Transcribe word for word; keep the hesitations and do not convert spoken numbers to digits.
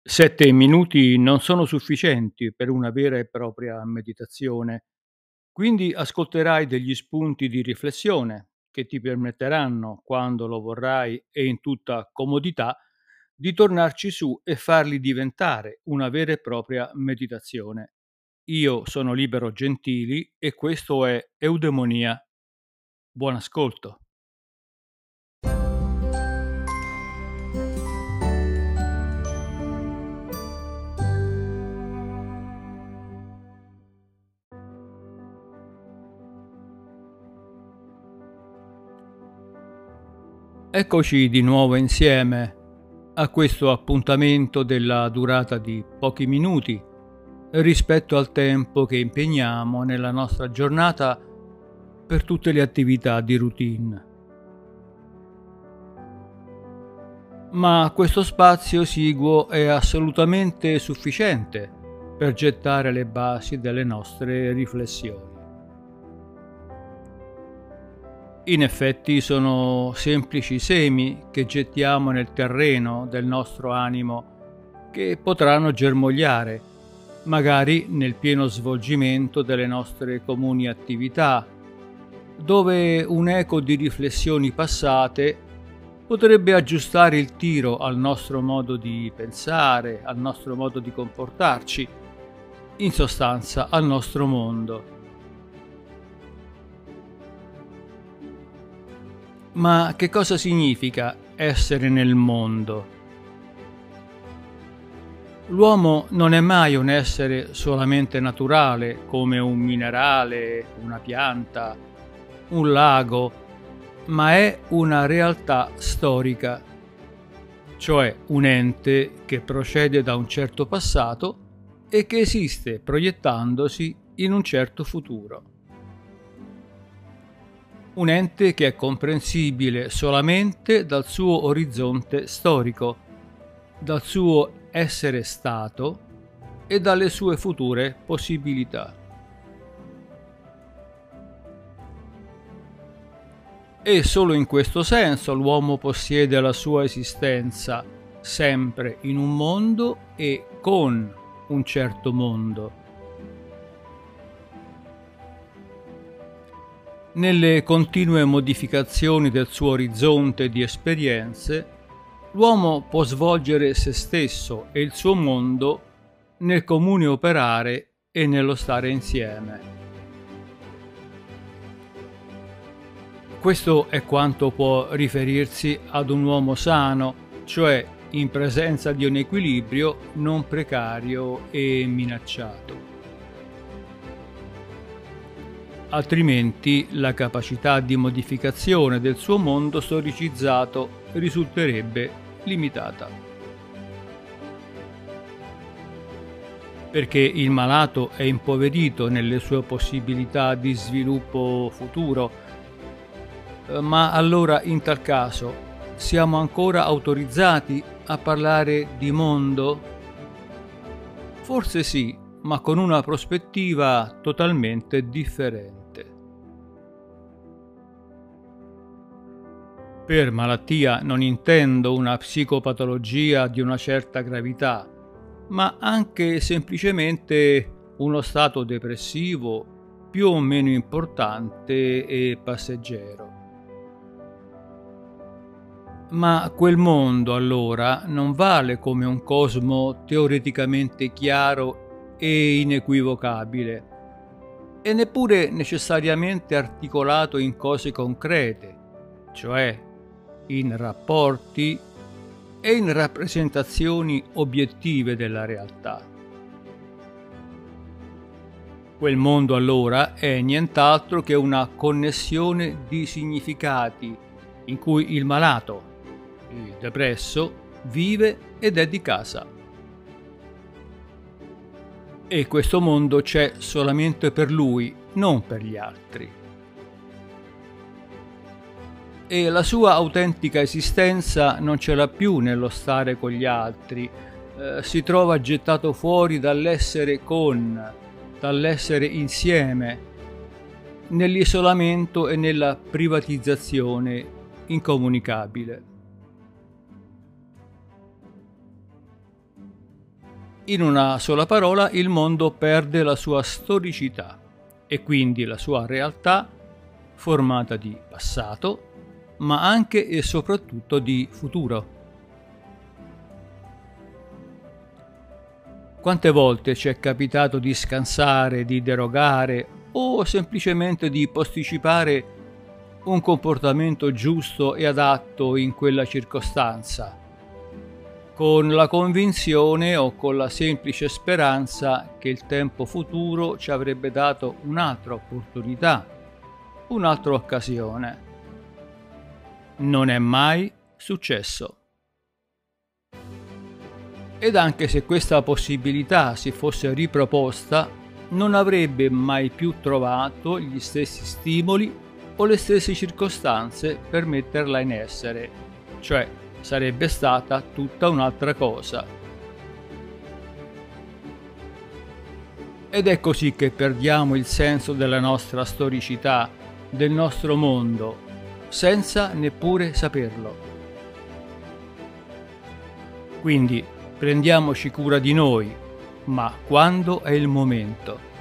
Sette minuti non sono sufficienti per una vera e propria meditazione, quindi ascolterai degli spunti di riflessione che ti permetteranno, quando lo vorrai e in tutta comodità, di tornarci su e farli diventare una vera e propria meditazione. Io sono Libero Gentili e questo è Eudemonia. Buon ascolto. Eccoci di nuovo insieme a questo appuntamento della durata di pochi minuti rispetto al tempo che impegniamo nella nostra giornata per tutte le attività di routine. Ma questo spazio esiguo è assolutamente sufficiente per gettare le basi delle nostre riflessioni. In effetti sono semplici semi che gettiamo nel terreno del nostro animo che potranno germogliare, magari nel pieno svolgimento delle nostre comuni attività, dove un eco di riflessioni passate potrebbe aggiustare il tiro al nostro modo di pensare, al nostro modo di comportarci, in sostanza al nostro mondo. Ma che cosa significa essere nel mondo? L'uomo non è mai un essere solamente naturale, come un minerale, una pianta, un lago, ma è una realtà storica, cioè un ente che procede da un certo passato e che esiste proiettandosi in un certo futuro. Un ente che è comprensibile solamente dal suo orizzonte storico, dal suo essere stato e dalle sue future possibilità. E solo in questo senso l'uomo possiede la sua esistenza sempre in un mondo e con un certo mondo. Nelle continue modificazioni del suo orizzonte di esperienze, l'uomo può svolgere se stesso e il suo mondo nel comune operare e nello stare insieme. Questo è quanto può riferirsi ad un uomo sano, cioè in presenza di un equilibrio non precario e minacciato. Altrimenti la capacità di modificazione del suo mondo storicizzato risulterebbe limitata. Perché il malato è impoverito nelle sue possibilità di sviluppo futuro, ma allora in tal caso siamo ancora autorizzati a parlare di mondo? Forse sì, ma con una prospettiva totalmente differente. Per malattia non intendo una psicopatologia di una certa gravità, ma anche semplicemente uno stato depressivo più o meno importante e passeggero. Ma quel mondo allora non vale come un cosmo teoreticamente chiaro e inequivocabile, e neppure necessariamente articolato in cose concrete, cioè in rapporti e in rappresentazioni obiettive della realtà. Quel mondo allora è nient'altro che una connessione di significati in cui il malato, il depresso, vive ed è di casa. E questo mondo c'è solamente per lui, non per gli altri. E la sua autentica esistenza non ce l'ha più nello stare con gli altri, eh, si trova gettato fuori dall'essere con, dall'essere insieme, nell'isolamento e nella privatizzazione incomunicabile. In una sola parola, il mondo perde la sua storicità e quindi la sua realtà formata di passato, ma anche e soprattutto di futuro. Quante volte ci è capitato di scansare, di derogare o semplicemente di posticipare un comportamento giusto e adatto in quella circostanza, con la convinzione o con la semplice speranza che il tempo futuro ci avrebbe dato un'altra opportunità, un'altra occasione. Non è mai successo. Ed anche se questa possibilità si fosse riproposta, non avrebbe mai più trovato gli stessi stimoli o le stesse circostanze per metterla in essere, cioè sarebbe stata tutta un'altra cosa. Ed è così che perdiamo il senso della nostra storicità, del nostro mondo, senza neppure saperlo. Quindi prendiamoci cura di noi, ma quando è il momento.